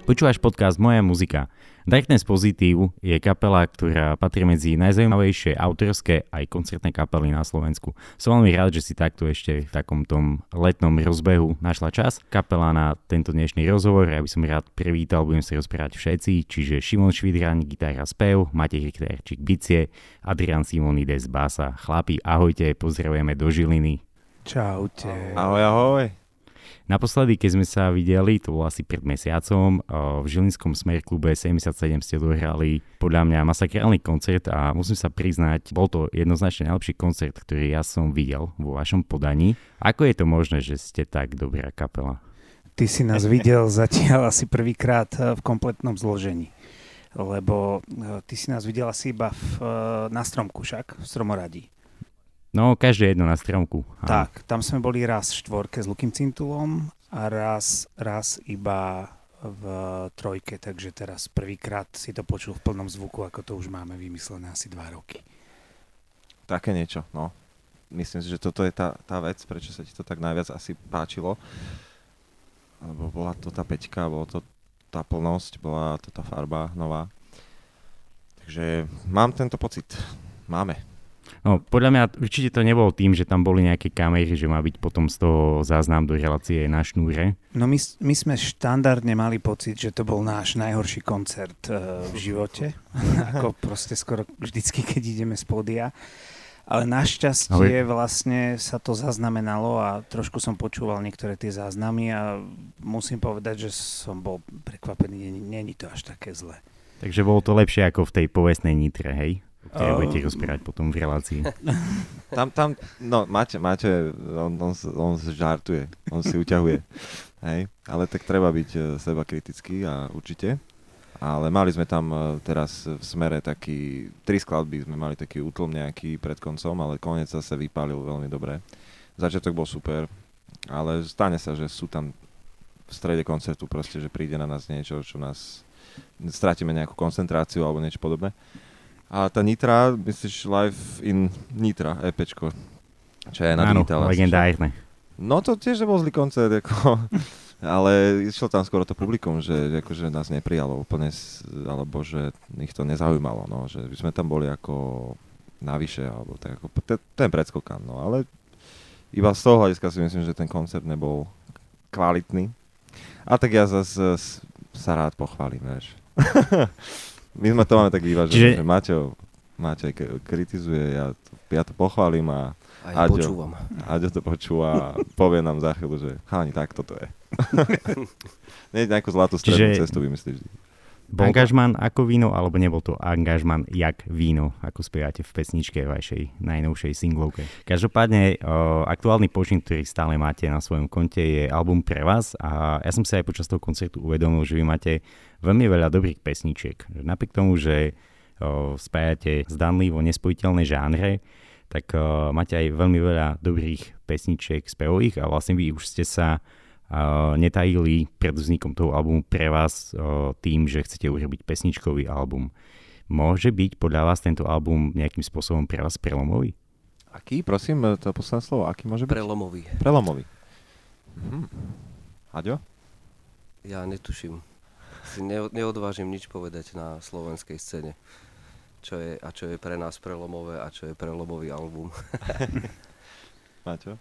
Počúvaš podcast Moja muzika. Darkness Positive je kapela, ktorá patrí medzi najzaujímavejšie autorské aj koncertné kapely na Slovensku. Som veľmi rád, že si takto ešte v takom tom letnom rozbehu našla čas. Kapela na tento dnešný rozhovor, ja by som rád privítal, budem sa rozprávať všetci, čiže Šimon Švidran, gitara, spev, Matej Richterčík, bicie, Adrian Simonides, basa. Chlapi, ahojte, pozdravujeme do Žiliny. Čaute. Ahoj, ahoj. Naposledy, keď sme sa videli, to bolo asi pred mesiacom, v Žilinskom Smerklube 77 ste dohrali podľa mňa masakrálny koncert a musím sa priznať, bol to jednoznačne najlepší koncert, ktorý ja som videl vo vašom podaní. Ako je to možné, že ste tak dobrá kapela? Ty si nás videl zatiaľ asi prvýkrát v kompletnom zložení, lebo ty si nás videl asi iba na stromku však, v Stromoradí. No, každé jedno na stromku. Tak, tam sme boli raz v štvorke s Lukým Cintulom a raz iba v trojke, takže teraz prvýkrát si to počul v plnom zvuku, ako to už máme vymyslené asi 2 roky. Také niečo, no. Myslím si, že toto je tá vec, prečo sa ti to tak najviac asi páčilo. Lebo bola to tá peťka, bola to tá plnosť, bola to tá farba nová. Takže mám tento pocit. Máme. No, podľa mňa určite to nebolo tým, že tam boli nejaké kamery, že má byť potom z toho záznam do relácie na šnúre. No my sme štandardne mali pocit, že to bol náš najhorší koncert v živote. Ako proste skoro vždycky, keď ideme z pódia. Ale našťastie vlastne sa to zaznamenalo a trošku som počúval niektoré tie záznamy a musím povedať, že som bol prekvapený. Není to až také zlé. Takže bolo to lepšie ako v tej povestnej Nitre, hej? Ktoré budete rozprávať potom v relácii. No, Maťo, on žartuje, on si uťahuje, hej, ale tak treba byť seba kritický a určite, ale mali sme tam teraz v smere taký, 3 skladby sme mali taký útlm nejaký pred koncom, ale koniec sa vypálil veľmi dobre. Začiatok bol super, ale stane sa, že sú tam v strede koncertu proste, že príde na nás niečo, čo nás, strátime nejakú koncentráciu alebo niečo podobné. A tá Nitra, myslíš Live in Nitra, EPčko, čo je na digitálne. Áno, legendárne. No to tiež nebol zlý koncert, ako, ale išlo tam skoro to publikum, že akože nás neprijalo úplne, alebo že ich to nezaujímalo, no, že by sme tam boli ako navyše, alebo tak ako ten predskokan, no, ale iba z toho hľadiska si myslím, že ten koncert nebol kvalitný. A tak ja zase sa rád pochválim, vieš. My sme to máme tak vyvážené, že Maťo kritizuje, ja to pochválim a Aďo to počúva a povie nám za chvíľu, že cháni, tak toto je. Nie nejakú zlatú strednú cestu vymyslíš. Bol angažman ako víno, alebo nebol to angažman jak víno, ako spievate v pesničke vašej najnovšej singlovke. Každopádne aktuálny počin, ktorý stále máte na svojom konte, je album Pre vás a ja som si aj počas toho koncertu uvedomil, že vy máte veľmi veľa dobrých pesničiek. Napriek tomu, že spájate zdanlivo nespojiteľné žánre, tak máte aj veľmi veľa dobrých pesničiek spevových a vlastne vy už ste sa netajili pred vznikom toho albumu Pre vás tým, že chcete urobiť pesničkový album. Môže byť podľa vás tento album nejakým spôsobom pre vás prelomový? Aký? Prosím, to posledné slovo. Aký môže byť? Prelomový. Aďo? Ja netuším. Si neodvážim nič povedať na slovenskej scéne. Čo je pre nás prelomové a čo je prelomový album. Maťo?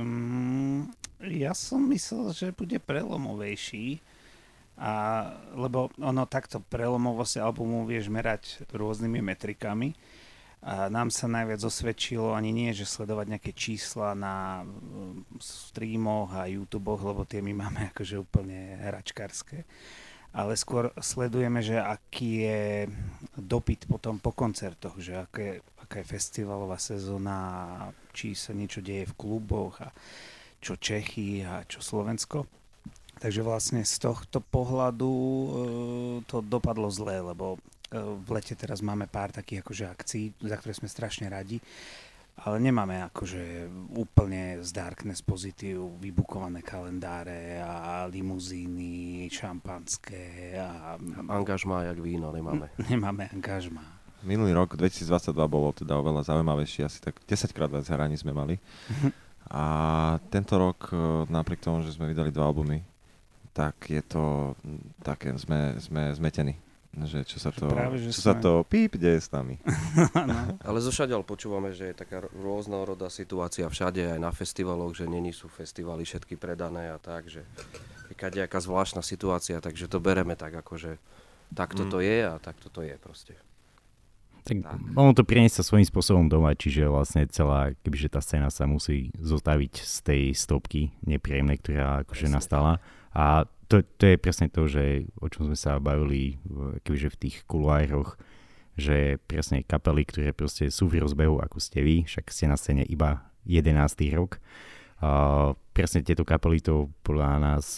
Ja som myslel, že bude prelomovejší, lebo ono takto prelomovosť albumu vieš merať rôznymi metrikami. A nám sa najviac osvedčilo ani nie, že sledovať nejaké čísla na streamoch a YouTubech, lebo tie my máme akože úplne hračkárske. Ale skôr sledujeme, že aký je dopyt potom po koncertoch, že aká je festivalová sezóna, či sa niečo deje v kluboch a čo Čechy a čo Slovensko. Takže vlastne z tohto pohľadu to dopadlo zle, lebo v lete teraz máme pár takých akože akcií, za ktoré sme strašne radi, ale nemáme akože úplne z Darkness Positive vybukované kalendáre a limuzíny, šampanské a... Angažmá jak víno nemáme. Nemáme angažmá. Minulý rok 2022 bolo teda oveľa zaujímavejší, asi tak 10-krát viac hraní sme mali. A tento rok, napriek tomu, že sme vydali 2 albumy, tak je to také, sme zmetení. Že čo sa to píp deje s nami. No. Ale zošadiaľ počúvame, že je taká rôznorodá situácia všade, aj na festivaloch, že není sú festivaly všetky predané a tak, že je kadejaká zvláštna situácia, takže to bereme tak, ako že takto to je a takto to je proste. Tak ono to priniesť sa svojím spôsobom doma, čiže vlastne celá, kebyže tá scéna sa musí zostaviť z tej stopky nepríjemnej, ktorá akože nastala. A to je presne to, že o čom sme sa bavili kebyže v tých kuloároch, že presne kapely, ktoré proste sú v rozbehu, ako ste vy, však ste na scéne iba 11. rok. Presne tieto kapely to podľa nás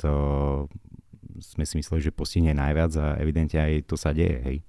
sme si mysleli, že postihne najviac a evidentne aj to sa deje, hej.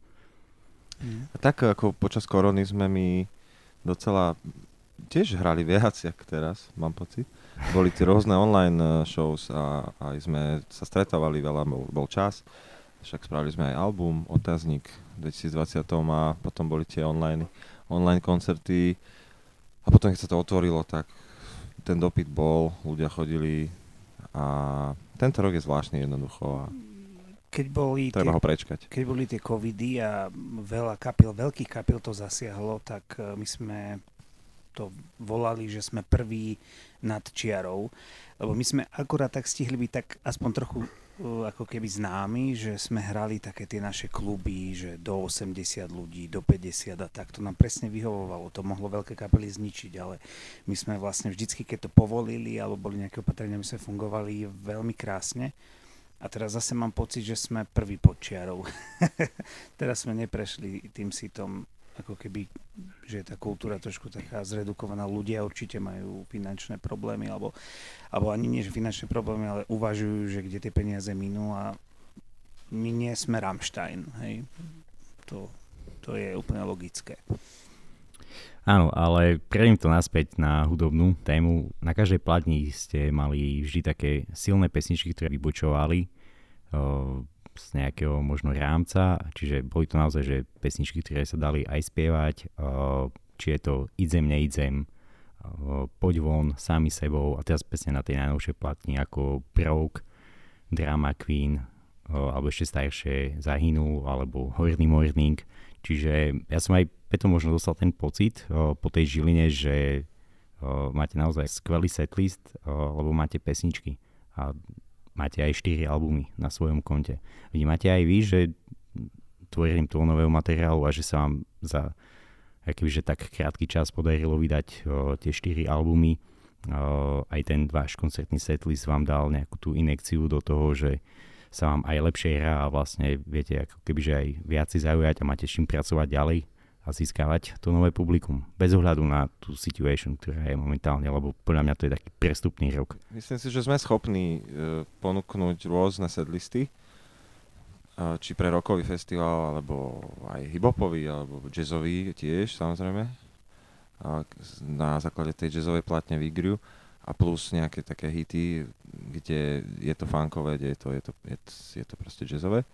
A tak ako počas korony sme my docela tiež hrali viac, jak teraz, mám pocit. Boli tie rôzne online shows a aj sme sa stretávali veľa, bol čas. Však spravili sme aj album, Otáznik v 2020 a potom boli tie online koncerty. A potom, keď sa to otvorilo, tak ten dopyt bol, ľudia chodili a tento rok je zvláštny jednoducho a treba ho prečkať. Keď boli tie covidy a veľkých kapiel to zasiahlo, tak my sme to volali, že sme prví nad čiarou, lebo my sme akurát tak stihli byť tak aspoň trochu ako keby známi, že sme hrali také tie naše kluby, že do 80 ľudí, do 50 a tak. To nám presne vyhovovalo. To mohlo veľké kapely zničiť, ale my sme vlastne vždycky, keď to povolili alebo boli nejaké opatrenia, my sme fungovali veľmi krásne. A teraz zase mám pocit, že sme prví pod čiarou. Teraz sme neprešli tým sitom, ako keby, že je tá kultúra trošku taká zredukovaná. Ľudia určite majú finančné problémy, alebo ani nie, že finančné problémy, ale uvažujú, že kde tie peniaze minú a my nie sme Rammstein, hej. To je úplne logické. Áno, ale prejdem to naspäť na hudobnú tému. Na každej platni ste mali vždy také silné pesničky, ktoré vybočovali z nejakého možno rámca, čiže boli to naozaj že pesničky, ktoré sa dali aj spievať, či je to Idzem, neidzem, Poď von, Sami sebou a teraz presne na tej najnovšej platni ako Broke, Drama Queen, alebo ešte staršie Zahynul, alebo Horný morning, čiže ja som aj preto možno dostal ten pocit po tej Žiline, že máte naozaj skvelý setlist, lebo máte pesničky a máte aj 4 albumy na svojom konte. Vnímate aj vy, že tvorením toho nového materiálu a že sa vám za akýže tak krátky čas podarilo vydať tie 4 albumy. Aj ten váš koncertný setlist vám dal nejakú tú injekciu do toho, že sa vám aj lepšie hrá a vlastne viete ako kebyže aj viac si zaujať a máte s čím pracovať ďalej a získavať to nové publikum. Bez ohľadu na tú situation, ktorá je momentálne, lebo podľa mňa to je taký prestupný rok. Myslím si, že sme schopní ponúknuť rôzne setlisty, či pre rockový festival, alebo aj hip-hopový, alebo jazzový tiež, samozrejme. Na základe tej jazzovej platne Vigriu a plus nejaké také hity, kde je to funkové, kde je to proste jazzové.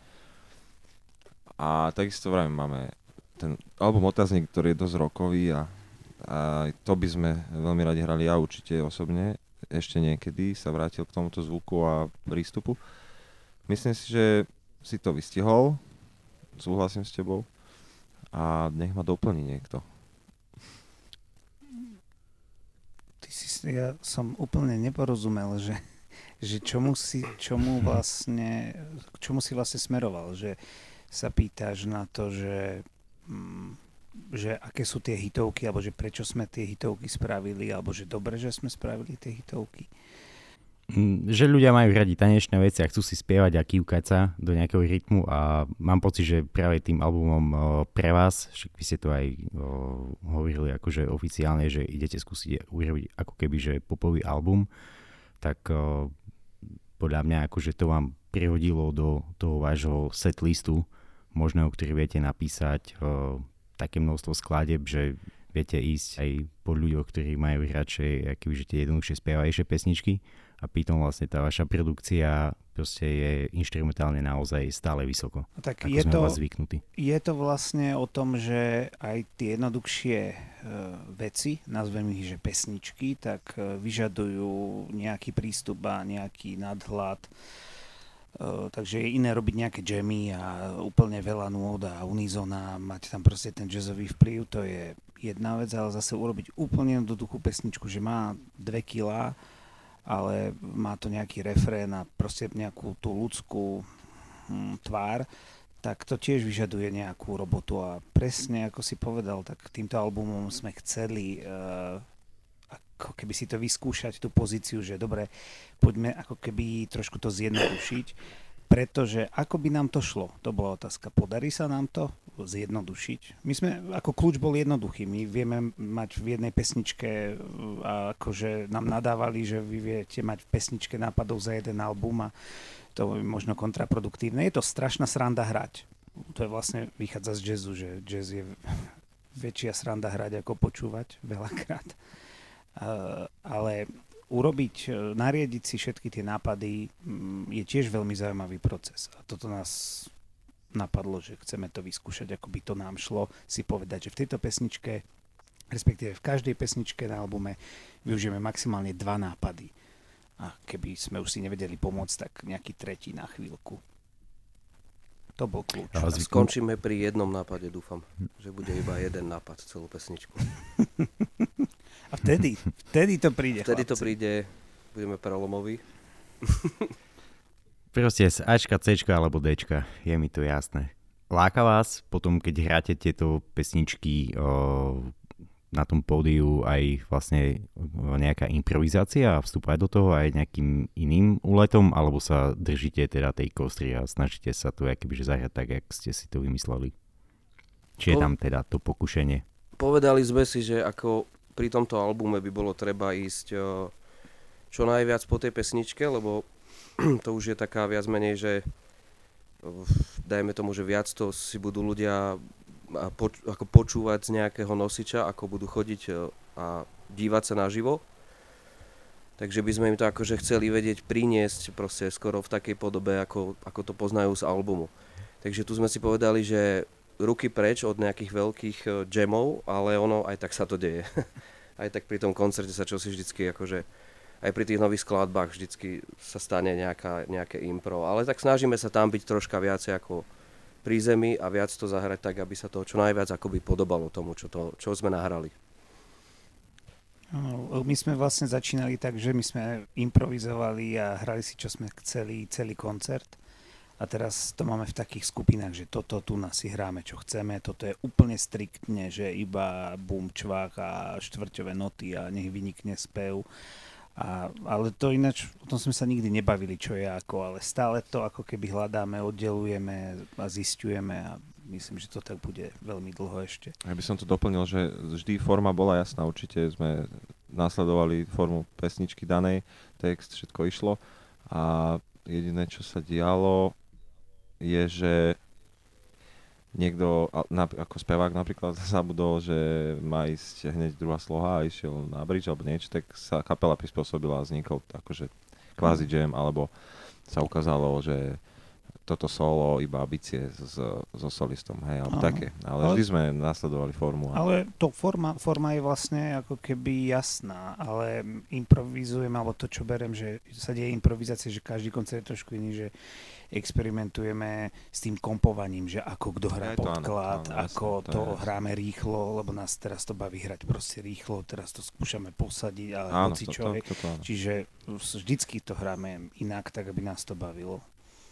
A takisto vrajme máme ten album Otáznik, ktorý je dosť rockový a to by sme veľmi radi hrali, ja určite osobne ešte niekedy sa vrátil k tomuto zvuku a prístupu. Myslím si, že si to vystihol, súhlasím s tebou a nech ma doplní niekto. Ja som úplne neporozumel, že k čomu si vlastne smeroval, že sa pýtaš na to, že aké sú tie hitovky, alebo že prečo sme tie hitovky spravili, alebo že dobre, že sme spravili tie hitovky. Že ľudia majú radi tanečné veci a chcú si spievať a kývkať sa do nejakého rytmu a mám pocit, že práve tým albumom pre vás, však vy ste to aj hovorili akože oficiálne, že idete skúsiť urobiť ako keby, že popový album, tak podľa mňa akože to vám prihodilo do toho vášho setlistu možného, ktorý viete napísať také množstvo skladieb, že viete ísť aj po ľuďoch, ktorí majú radšej akýže tie jednoduchšie spievajšie pesničky a pritom vlastne tá vaša produkcia proste je inštrumentálne naozaj stále vysoko. Tak ako sme vás zvyknutí. Je to vlastne o tom, že aj tie jednoduchšie veci, nazvem ich, že pesničky, tak vyžadujú nejaký prístup a nejaký nadhľad Takže je iné robiť nejaké jammy a úplne veľa nôd a unizona, mať tam proste ten jazzový vplyv, to je jedna vec, ale zase urobiť úplne jednoduchú pesničku, že má 2 kilá, ale má to nejaký refrén a proste nejakú tú ľudskú tvár, tak to tiež vyžaduje nejakú robotu a presne ako si povedal, tak týmto albumom sme chceli ako keby si to vyskúšať, tú pozíciu, že dobre, poďme ako keby trošku to zjednodušiť, pretože ako by nám to šlo, to bola otázka, podarí sa nám to zjednodušiť? My sme, ako kľúč bol jednoduchý, my vieme mať v jednej pesničke, akože nám nadávali, že vy viete mať v pesničke nápadov za jeden album a to je možno kontraproduktívne. Je to strašná sranda hrať. To je vlastne, vychádza z jazzu, že jazz je väčšia sranda hrať ako počúvať veľakrát. Ale nariadiť si všetky tie nápady je tiež veľmi zaujímavý proces. A toto nás napadlo, že chceme to vyskúšať, ako by to nám šlo, si povedať, že v tejto pesničke, respektíve v každej pesničke na albume využijeme maximálne 2 nápady. A keby sme už si nevedeli pomôcť, tak nejaký tretí na chvíľku. To bol kľúč. A skončíme pri jednom nápade, dúfam, že bude iba jeden nápad celú pesničku. A vtedy to príde, Vtedy chlapci. to príde, budeme prelomoví. Proste z Ačka, Cčka alebo Dčka, je mi to jasné. Láka vás potom, keď hráte tieto pesničky na tom pódiu aj vlastne nejaká improvizácia a vstúpať do toho aj nejakým iným úletom, alebo sa držíte teda tej kostry a snažíte sa tu akobyže zahrať tak, jak ste si to vymysleli? Či je tam teda to pokušenie? Povedali sme si, že ako pri tomto albume by bolo treba ísť čo najviac po tej pesničke, lebo to už je taká viac menej, že dajme tomu, že viac to si budú ľudia ako počúvať z nejakého nosiča, ako budú chodiť a dívať sa naživo. Takže by sme im to akože chceli vedieť priniesť proste skoro v takej podobe, ako to poznajú z albumu. Takže tu sme si povedali, že ruky preč od nejakých veľkých jamov, ale ono aj tak sa to deje. Aj tak pri tom koncerte sa čosi vždycky akože aj pri tých nových skladbách vždycky sa stane nejaké impro, ale tak snažíme sa tam byť troška viacej ako pri zemi a viac to zahrať tak, aby sa to čo najviac akoby podobalo tomu, čo sme nahrali. My sme vlastne začínali tak, že my sme improvizovali a hrali si, čo sme chceli, celý koncert. A teraz to máme v takých skupinách, že toto tu nás si hráme, čo chceme, toto je úplne striktne, že iba bum, čvák a štvrťové noty a nech vynikne spev. Ale to ináč, o tom sme sa nikdy nebavili, čo je ako, ale stále to ako keby hľadáme, oddelujeme a zisťujeme a myslím, že to tak bude veľmi dlho ešte. Ja by som to doplnil, že vždy forma bola jasná, určite sme nasledovali formu pesničky danej, text, všetko išlo a jediné, čo sa dialo, je, že niekto, ako spevák napríklad, zabudol, že má ísť hneď druhá sloha a išiel na bridge alebo niečo, tak sa kapela prispôsobila a vznikol akože kvázi jam, alebo sa ukázalo, že toto solo iba bicie so solistom, hej, alebo také. Ale vždy sme nasledovali formu. Ale to forma je vlastne ako keby jasná, ale improvizujeme, alebo to, čo berem, že sa deje improvizácia, že každý koncert je trošku iný, že experimentujeme s tým kompovaním, že ako kto hrá podklad, ako to hráme rýchlo, lebo nás teraz to baví hrať proste rýchlo, teraz to skúšame posadiť, ale hocičo. Čiže vždycky to hráme inak, tak aby nás to bavilo.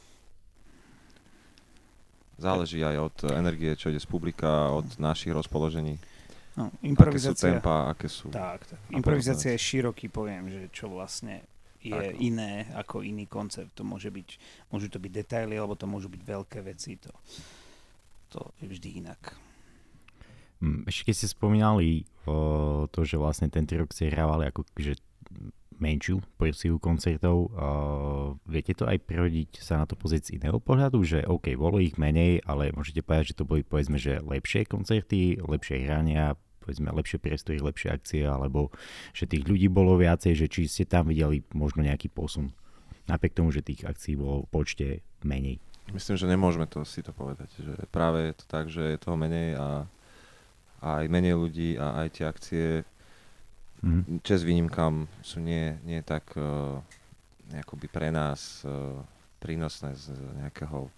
Záleží aj od energie, čo ide z publika, od našich rozpoložení. No, improvizácia, aké sú tempa, aké sú... Tak. Improvizácia je široký pojem, že čo vlastne je iné ako iný koncept. To môžu to byť detaily, alebo to môžu byť veľké veci. To je vždy inak. Ešte keď ste spomínali to, že vlastne tento rok ste hrávali ako že menšiu porciu koncertov. Viete to aj prehodiť sa na to pozrieť z iného pohľadu, že OK, bolo ich menej, ale môžete povedať, že to boli povedzme, že lepšie koncerty, lepšie hrania, povedzme lepšie priestory, lepšie akcie, alebo že tých ľudí bolo viacej, že či ste tam videli možno nejaký posun. Napriek tomu, že tých akcií bolo v počte menej. Myslím, že nemôžeme si to povedať, že práve je to tak, že je toho menej a aj menej ľudí a aj tie akcie čest výnimkám sú nie tak akoby pre nás prínosné z nejakého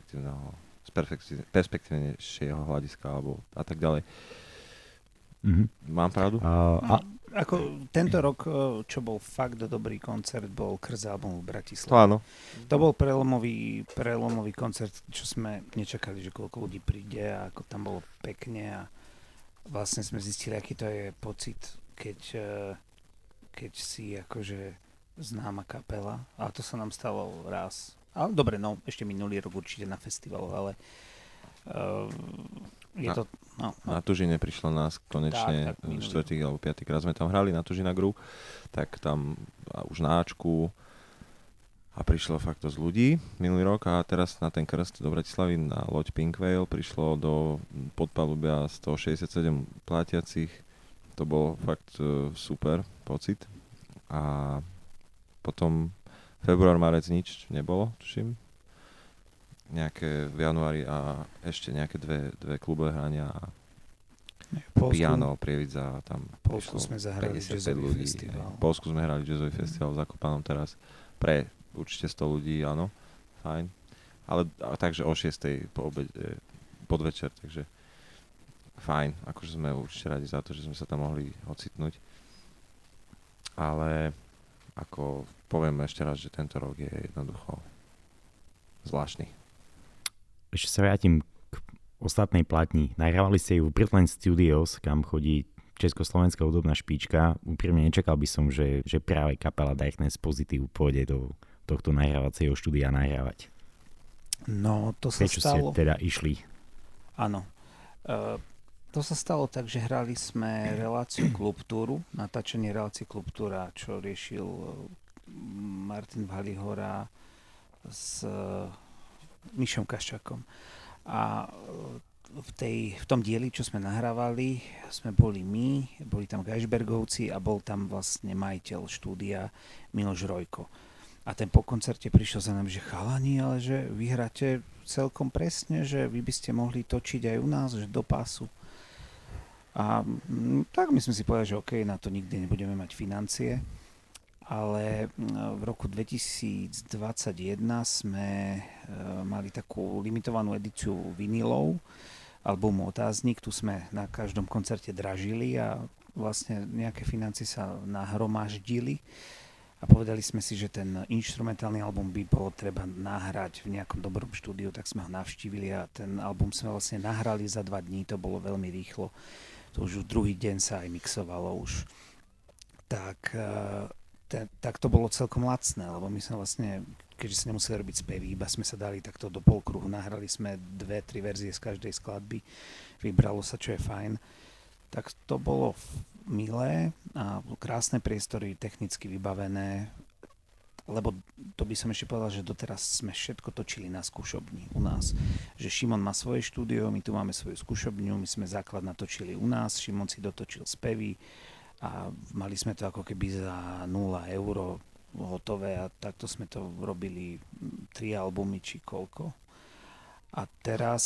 perspektívnejšieho hľadiska alebo a tak ďalej. Mám pravdu? Ako tento rok, čo bol fakt dobrý koncert, bol Krz album v Bratislave. To áno. To bol prelomový koncert, čo sme nečakali, že koľko ľudí príde a ako tam bolo pekne a vlastne sme zistili, aký to je pocit, keď si akože známa kapela. A to sa nám stalo raz. Ale dobre, no, ešte minulý rok určite na festivalu, ale je to... No. Na Tužine prišlo nás konečne, štvrtý alebo piatý krát sme tam hrali na Tužina Gru, tak tam už na Ačku a prišlo fakt dosť ľudí minulý rok a teraz na ten krst do Bratislavy na loď Pink Whale prišlo do podpalubia 167 platiacich. To bolo fakt super pocit. A potom február, marec nič nebolo, tuším. Nejaké v januári a ešte nejaké dve klubové hrania a Piano, Prievidza, tam Polsku sme zahrali jazzový festival. V Polsku sme hrali jazzový festival v Zakopanom teraz pre určite 100 ľudí, áno, fajn. Ale takže o 6:00 po obede, podvečer, takže fajn, akože sme určite radi za to, že sme sa tam mohli ocitnúť. Ale ako poviem ešte raz, že tento rok je jednoducho zvláštny. Ešte sa vrátim k ostatnej platni. Nahrávali ste ju v Britland Studios, kam chodí československá hudobná špička. Úprimne nečakal by som, že práve kapela Darkness Positive pôjde do tohto nahrávacieho štúdia nahrávať. No, to sa Prečo stalo... ste teda išli? Áno. To sa stalo tak, že hrali sme reláciu Klubtúru, natáčanie relácie Klubtúra, čo riešil Martin Valihora s Mišom Kaščákom. A v tom dieli, čo sme nahrávali, sme boli my, boli tam Geisbergovci a bol tam vlastne majiteľ štúdia Miloš Rojko. A ten po koncerte prišiel za nami, že chalani, ale že vy hráte celkom presne, že vy by ste mohli točiť aj u nás, že do pásu. A tak my sme si povedali, že OK, na to nikdy nebudeme mať financie. Ale v roku 2021 sme mali takú limitovanú edíciu vinilov, albumu Otáznik, tu sme na každom koncerte dražili a vlastne nejaké financie sa nahromaždili a povedali sme si, že ten inštrumentálny album by bolo treba nahrať v nejakom dobrom štúdiu, tak sme ho navštívili a ten album sme vlastne nahrali za 2 dní, to bolo veľmi rýchlo, to už druhý deň sa aj mixovalo už. Tak to bolo celkom lacné, lebo my sme vlastne, keďže sa nemuseli robiť spevy, iba sme sa dali takto do polkruhu, nahrali sme 2-3 verzie z každej skladby, vybralo sa, čo je fajn. Tak to bolo milé a krásne priestory, technicky vybavené, lebo to by som ešte povedal, že doteraz sme všetko točili na skúšobni u nás. Že Šimon má svoje štúdio, my tu máme svoju skúšobňu, my sme základ natočili u nás, Šimon si dotočil spevy, a mali sme to ako keby za 0 € hotové a takto sme to robili 3 albumy či koľko. A teraz,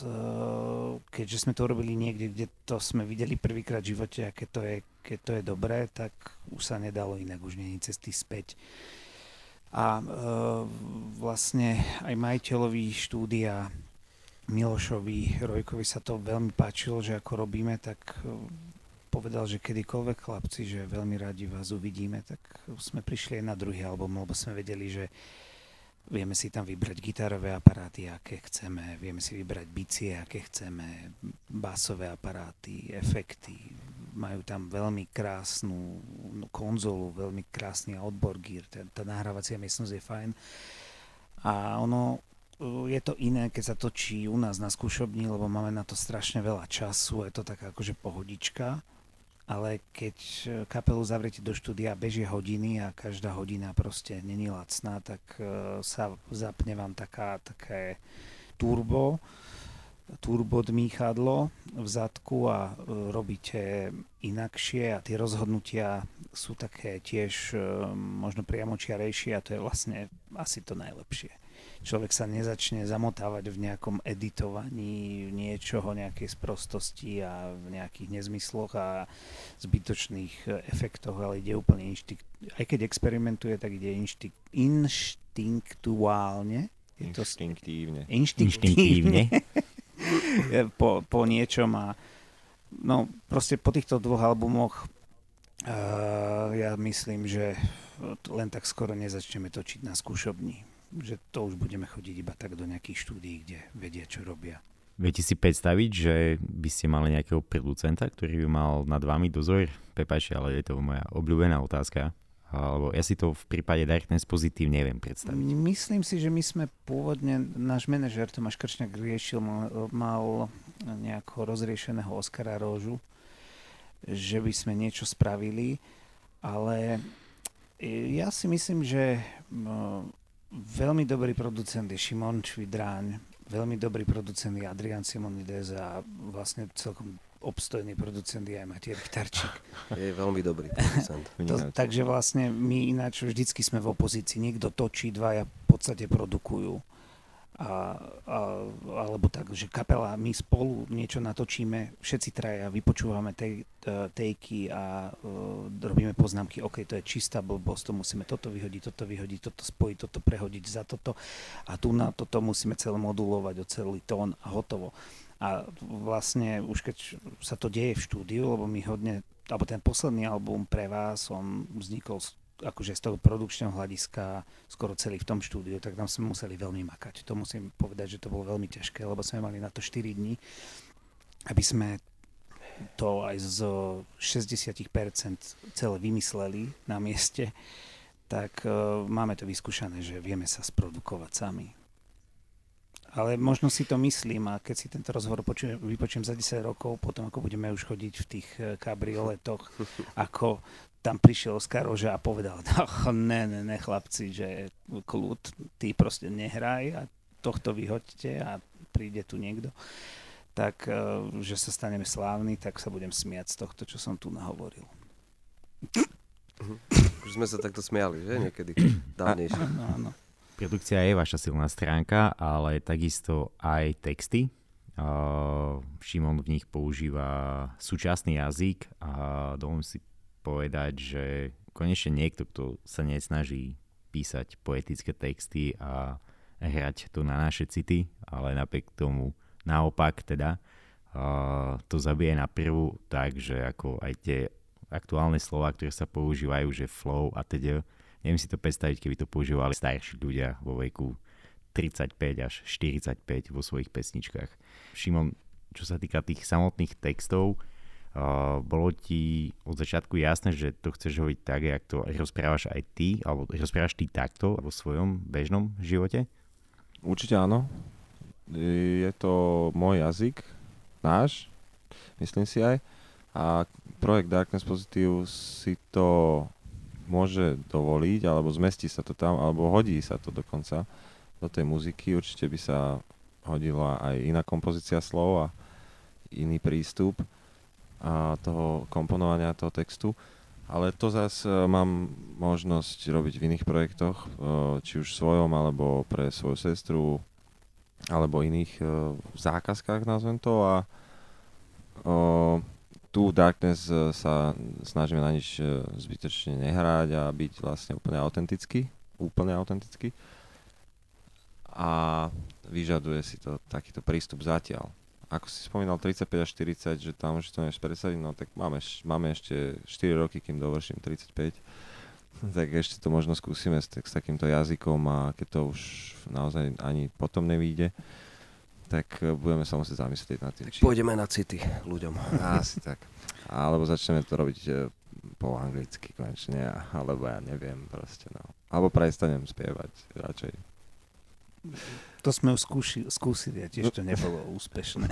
keďže sme to robili niekde, kde to sme videli prvýkrát v živote a keď to je dobré, tak už sa nedalo inak, už nie je cesty späť. A vlastne aj majiteľovi štúdia Milošovi Rojkovi sa to veľmi páčilo, že ako robíme, tak povedal, že kedykoľvek chlapci, že veľmi radi vás uvidíme, tak sme prišli aj na druhý album, lebo sme vedeli, že vieme si tam vybrať gitarové aparáty, aké chceme, vieme si vybrať bicie, aké chceme, basové aparáty, efekty. Majú tam veľmi krásnu konzolu, veľmi krásny outboard gear, tá nahrávacia miestnosť je fajn. A je to iné, keď sa točí u nás na skúšobni, lebo máme na to strašne veľa času, je to taká akože pohodička. Ale keď kapelu zavriete do štúdia, bežia hodiny a každá hodina proste není lacná, tak sa zapne vám také turbo dmýchadlo v zadku a robíte inakšie a tie rozhodnutia sú také tiež možno priamočiarejšie a to je vlastne asi to najlepšie. Človek sa nezačne zamotávať v nejakom editovaní niečoho, nejakej sprostosti a v nejakých nezmysloch a zbytočných efektoch, ale ide úplne aj keď experimentuje, tak ide inštinktuálne. Inštinktívne. po niečom a no proste po týchto 2 albumoch ja myslím, že len tak skoro nezačneme točiť na skúšobni. Že to už budeme chodiť iba tak do nejakých štúdií, kde vedia, čo robia. Viete si predstaviť, že by ste mali nejakého producenta, ktorý by mal nad vami dozor? Prepáčte, ale je to moja obľúbená otázka. Alebo ja si to v prípade Darkness Positive neviem predstaviť. Myslím si, že my sme pôvodne, náš manažer Tomáš Krčňák riešil, mal nejako rozriešeného Oskara Róžu, že by sme niečo spravili, ale ja si myslím, že veľmi dobrý producent je Šimon Švidráň, veľmi dobrý producent je Adrián Simonides a vlastne celkom obstojný producent je aj Matiej Richtarčík. Je veľmi dobrý producent. Takže vlastne my ináč vždycky sme v opozícii. Niekto točí, dvaja v podstate produkujú. Alebo tak, že kapela, my spolu niečo natočíme, všetci traja, vypočúvame tejky a robíme poznámky, OK, to je čistá blbosť, to musíme toto vyhodiť, toto spojiť, toto prehodiť za toto a tu na toto musíme celé modulovať o celý tón a hotovo. A vlastne už keď sa to deje v štúdiu, lebo my hodne, alebo ten posledný album Pre vás, on vznikol akože z toho produkčného hľadiska skoro celý v tom štúdiu, tak tam sme museli veľmi makať. To musím povedať, že to bolo veľmi ťažké, lebo sme mali na to 4 dní, aby sme to aj z 60% celé vymysleli na mieste, tak máme to vyskúšané, že vieme sa sprodukovať sami. Ale možno si to myslím a keď si tento rozhovor vypočujem za 10 rokov, potom ako budeme už chodiť v tých kabrioletoch, ako tam prišiel Oskar Róža a povedal, ne chlapci, že kľud, ty proste nehraj a tohto vyhoďte a príde tu niekto, tak že sa staneme slávni, tak sa budem smiať z tohto, čo som tu nahovoril. Už sme sa takto smiali, že? Niekedy dávnejšie. Áno. Produkcia je vaša silná stránka, ale takisto aj texty. Šimon v nich používa súčasný jazyk a dovolím si povedať, že konečne niekto, kto sa nesnaží písať poetické texty a hrať to na naše city, ale napriek tomu naopak teda to zabije na prvú, takže ako aj tie aktuálne slova, ktoré sa používajú, že flow a teda. Neviem si to predstaviť, keby to používali starší ľudia vo veku 35 až 45 vo svojich pesničkách. Šimon, čo sa týka tých samotných textov, bolo ti od začiatku jasné, že to chceš hovoriť tak, jak to rozprávaš aj ty, alebo rozprávaš ty takto vo svojom bežnom živote? Určite áno. Je to môj jazyk, náš, myslím si aj. A projekt Darkness Positive si to môže dovoliť, alebo zmestí sa to tam, alebo hodí sa to dokonca do tej muziky. Určite by sa hodila aj iná kompozícia slov a iný prístup a toho komponovania toho textu. Ale to zase mám možnosť robiť v iných projektoch, či už svojom, alebo pre svoju sestru, alebo iných zákazkách, nazvem to. A tu v Darkness sa snažíme na nič zbytočne nehrať a byť vlastne úplne autentický. A vyžaduje si to takýto prístup zatiaľ. Ako si spomínal 35 až 40, že tam už to nevieš predstaviť, no tak máme ešte 4 roky, kým dovrším 35. Tak ešte to možno skúsime s takýmto jazykom a keď to už naozaj ani potom nevíde, tak budeme sa musieť zamyslieť nad tým. Tak pôjdeme na city ľuďom. Asi tak. Alebo začneme to robiť po anglicky konečne, alebo ja neviem proste, no. Alebo prestanem spievať radšej. To sme už skúsili a tiež to nebolo úspešné.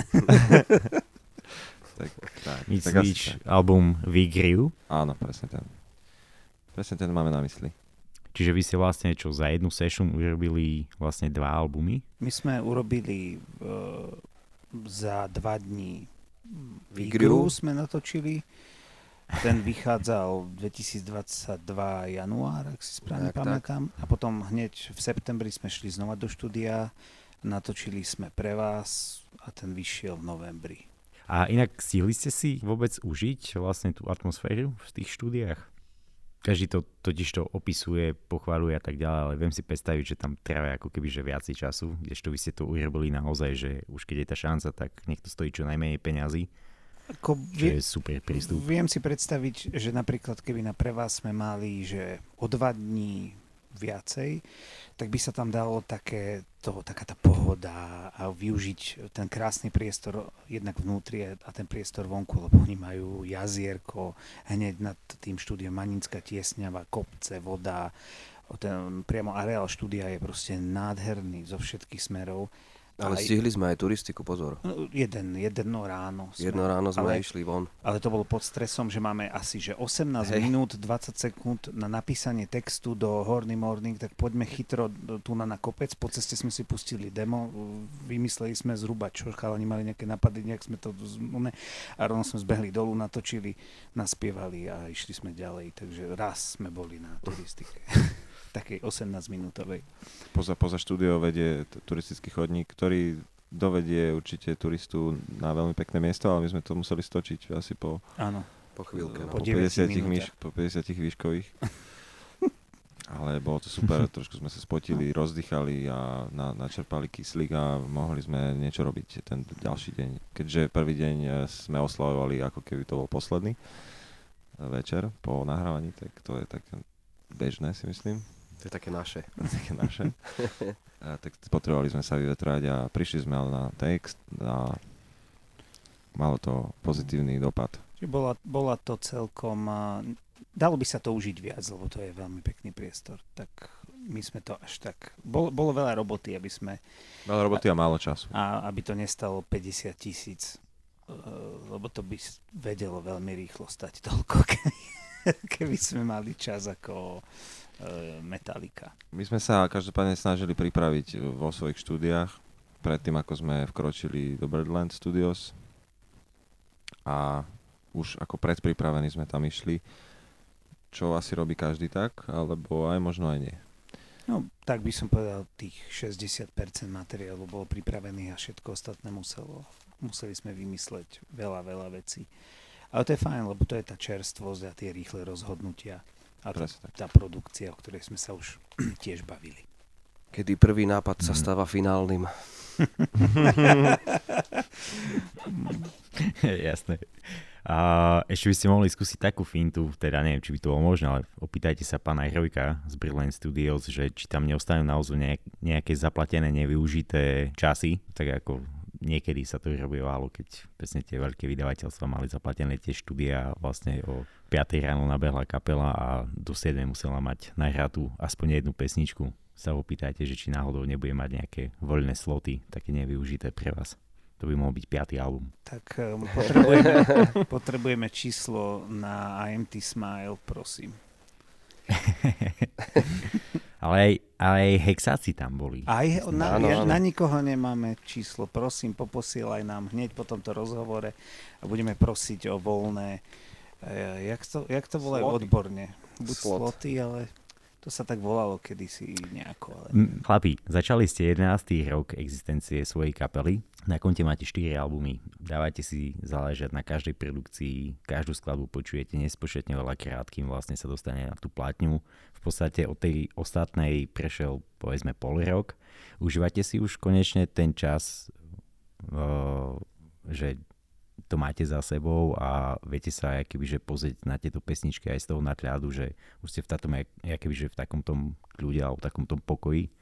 tak. Myslíš album Vigriu? Áno, presne ten. Presne ten máme na mysli. Čiže vy ste vlastne za jednu session urobili vlastne 2 albumy? My sme urobili za 2 dní Vigriu sme natočili. Ten vychádzal 2022 január, ak si správne pamätám. A potom hneď v septembri sme šli znova do štúdia, natočili sme Pre vás a ten vyšiel v novembri. A inak stihli ste si vôbec užiť vlastne tú atmosféru v tých štúdiách? každý to totiž to opisuje, pochvaľuje a tak ďalej, ale viem si predstaviť, že tam trvá ako keby že viacej času, kdežto vy ste to urobili naozaj, že už keď je tá šanca, tak nech to stojí čo najmenej peňazí. Čo je super prístup. Viem si predstaviť, že napríklad keby na pre vás sme mali, že o 2 dní viacej, tak by sa tam dalo taká tá pohoda a využiť ten krásny priestor jednak vnútri a ten priestor vonku, lebo oni majú jazierko, hneď nad tým štúdiom Maninská Tiesňava, kopce, voda, ten priamo areál štúdia je proste nádherný zo všetkých smerov. Ale stihli sme aj turistiku, pozor. Jedno ráno. Jedno ráno sme išli von. Ale to bolo pod stresom, že máme asi že 18 minút, 20 sekúnd na napísanie textu do Horny Morning, tak poďme chytro tu na kopec. Po ceste sme si pustili demo, vymysleli sme zhruba, čo chalani mali nejaké napady, nejak sme to a rovno sme zbehli dolu, natočili, naspievali a išli sme ďalej. Takže raz sme boli na turistike. Takej 18-minútovej. Poza štúdio vedie turistický chodník, ktorý dovedie určite turistu na veľmi pekné miesto, ale my sme to museli stočiť asi po chvíľke. Po 50 výškových. Ale bolo to super, trošku sme sa spotili, rozdychali a načerpali kyslík a mohli sme niečo robiť ten ďalší deň. Keďže prvý deň sme oslavovali, ako keby to bol posledný večer po nahrávaní, tak to je také bežné, si myslím. To je také naše. Tak potrebovali sme sa vyvetrať a prišli sme ale na text a malo to pozitívny dopad. Bola to celkom... Dalo by sa to užiť viac, lebo to je veľmi pekný priestor. Tak my sme to až tak... Bolo veľa roboty, aby sme... Veľa roboty a málo času. A aby to nestalo 50 000, lebo to by vedelo veľmi rýchlo stať toľko, keby sme mali čas ako Metallica. My sme sa každopádne snažili pripraviť vo svojich štúdiách predtým, ako sme vkročili do Birdland Studios a už ako predpripravení sme tam išli, čo asi robí každý tak, alebo aj možno aj nie. No, tak by som povedal, tých 60% materiálu bolo pripravených a všetko ostatné museli sme vymysleť veľa vecí. Ale to je fajn, lebo to je tá čerstvosť a tie rýchle rozhodnutia a tá produkcia, o ktorej sme sa už tiež bavili. Kedy prvý nápad sa stáva finálnym. Jasné. A ešte by ste mohli skúsiť takú fintu, teda neviem, či by to bolo možné, ale opýtajte sa pána Hrojka z Brilliant Studios, že či tam neostanú naozaj nejaké zaplatené, nevyužité časy, tak ako niekedy sa to robilo, keď presne tie veľké vydavateľstva mali zaplatené tie štúdia, vlastne o 5 ráno nabehla kapela a do 7 musela mať nahratú aspoň jednu pesničku. Sa opýtajte, že či náhodou nebude mať nejaké voľné sloty, také nevyužité pre vás. To by mohol byť 5. album. Tak potrebujeme číslo na IMT Smile, prosím. Ale aj hexáci tam boli. Na nikoho nemáme číslo. Prosím, poposielaj nám hneď po tomto rozhovore a budeme prosiť o voľné... Jak to volajú odborne? Buď sloty, ale... To sa tak volalo kedysi nejako. Ale... Chlapi, začali ste 11. rok existencie svojej kapely. Na konte máte 4 albumy. Dávajte si záležať na každej produkcii. Každú skladbu počujete nespočetne veľakrát, kým vlastne sa dostane na tú platňu. V podstate od tej ostatnej prešiel povedzme pol rok. Užívate si už konečne ten čas, že to máte za sebou a viete sa akobyže pozrieť na tieto pesničky aj z toho nadhľadu, že už ste v takom tom kľude alebo v takom tom pokoji?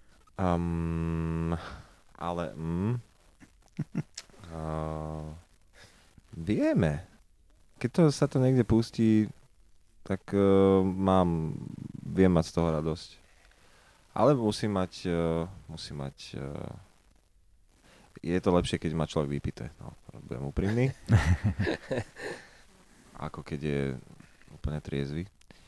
Vieme. Keď sa to niekde pustí, tak viem mať z toho radosť. Ale musím mať je to lepšie, keď má človek vypité. No, budem úprimný. Ako keď je úplne triezvy.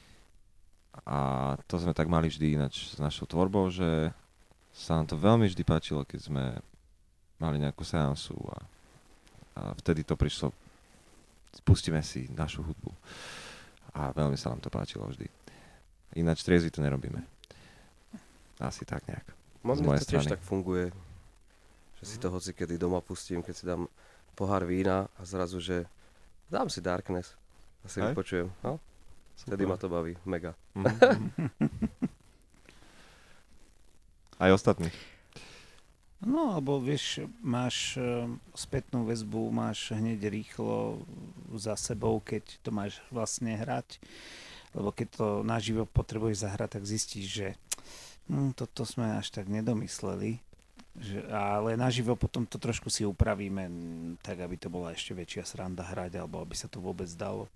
A to sme tak mali vždy ináč s našou tvorbou, že sa nám to veľmi vždy páčilo, keď sme mali nejakú seansu a vtedy to prišlo, spustíme si našu hudbu. A veľmi sa nám to páčilo vždy. Ináč triezvy to nerobíme. Asi tak nejak. Mne to tiež tak funguje. Že si to hoci kedy doma pustím, keď si dám pohár vína a zrazu, že dám si Darkness a si vypočujem. No? Vtedy ma to baví, mega. Aj ostatní. No, alebo vieš, máš spätnú väzbu, máš hneď rýchlo za sebou, keď to máš vlastne hrať. Lebo keď to naživo potrebuješ zahrať, tak zistíš, že toto sme až tak nedomysleli. Ale naživo potom to trošku si upravíme tak, aby to bola ešte väčšia sranda hrať, alebo aby sa to vôbec dalo.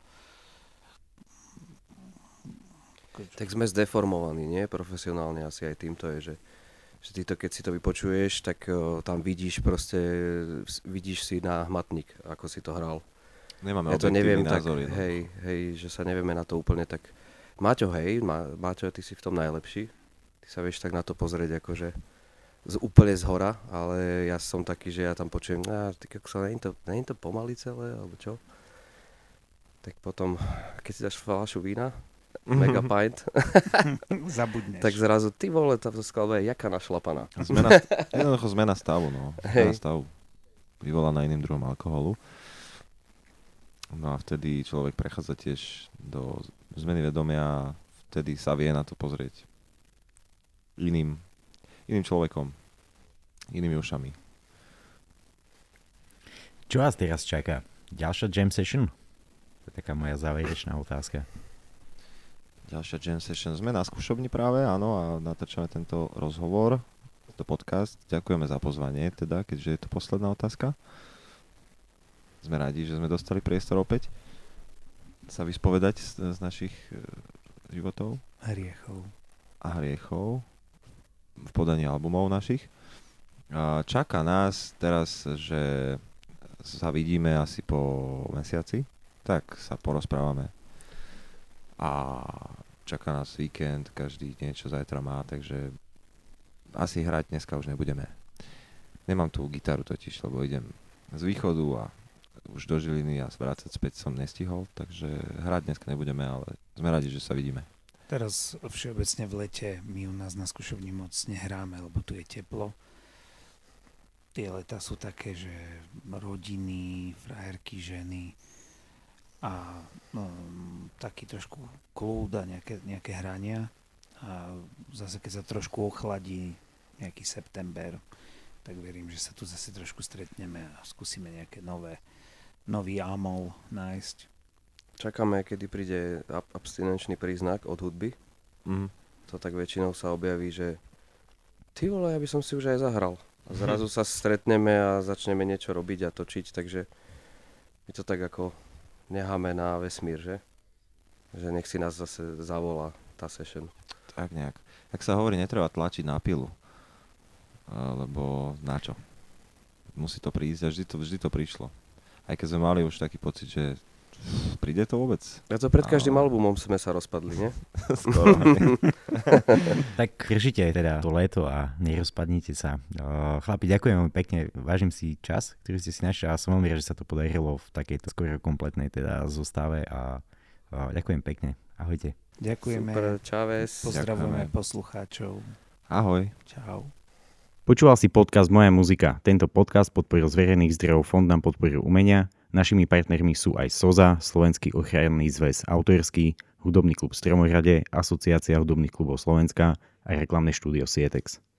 Tak sme zdeformovaní, nie? Profesionálne asi aj týmto je, že ty to, keď si to vypočuješ, tak tam vidíš si na hmatník, ako si to hral. Nemáme ja to neviem názory. Tak, hej, že sa nevieme na to úplne tak... Maťo, ty si v tom najlepší. Ty sa vieš tak na to pozrieť akože úplne zhora, ale ja som taký, že ja tam počujem, nie je to pomaly celé, alebo čo? Tak potom, keď si dáš fľašu vína, mega pint, zabudneš. tak zrazu, ty vole, tá skladba je jaká našlapaná. Jednoducho zmena stavu, no. Zmena stavu vyvolaná iným druhom alkoholu. No a vtedy človek prechádza tiež do zmeny vedomia a vtedy sa vie na to pozrieť iným človekom, inými ušami. Čo vás teraz čaká? Ďalšia jam session? To je taká moja záverečná otázka. Ďalšia jam session. Sme na skúšobni práve, áno, a natáčame tento rozhovor, tento podcast. Ďakujeme za pozvanie, teda, keďže je to posledná otázka. Sme radi, že sme dostali priestor opäť sa vyspovedať z našich životov. A hriechov v podaní albumov našich. Čaká nás teraz, že sa vidíme asi po mesiaci, tak sa porozprávame. A čaká nás víkend, každý niečo zajtra má, takže asi hrať dneska už nebudeme. Nemám tú gitaru totiž, lebo idem z východu a už do Žiliny a vrácať späť som nestihol, takže hrať dneska nebudeme, ale sme radi, že sa vidíme. Teraz všeobecne v lete my u nás na skúšovni moc nehráme, lebo tu je teplo. Tie leta sú také, že rodiny, frajerky, ženy a taký trošku kľúd a nejaké hrania. A zase keď sa trošku ochladí nejaký september, tak verím, že sa tu zase trošku stretneme a skúsime nejaké nový amol nájsť. Čakáme, kedy príde abstinenčný príznak od hudby. To tak väčšinou sa objaví, že ty vole, ja by som si už aj zahral. A zrazu sa stretneme a začneme niečo robiť a točiť, takže my to tak ako necháme na vesmír, že? Že nech si nás zase zavolá tá session. Tak nejak. Tak sa hovorí, netreba tlačiť na pilu. Lebo na čo? Musí to prísť a vždy to prišlo. Aj keď sme mali už taký pocit, že príde to vôbec. A to pred každým albumom sme sa rozpadli, nie? Skoro. Tak držite aj teda to leto a nerozpadnite sa. Chlapi, ďakujem veľmi pekne, vážim si čas, ktorý ste si našli a som veľmi rád, že sa to podarilo v takejto skoro kompletnej teda zostave a ďakujem pekne. Ahojte. Ďakujeme. Super, čaves. Pozdravujeme poslucháčov. Ahoj. Čau. Počúval si podcast Moja muzika. Tento podcast podporil z verejných zdrojov Fond na podporu umenia. Našimi partnermi sú aj SOZA, Slovenský ochranný zväz autorský, Hudobný klub Stromohrade, Asociácia hudobných klubov Slovenska a reklamné štúdio Sietex.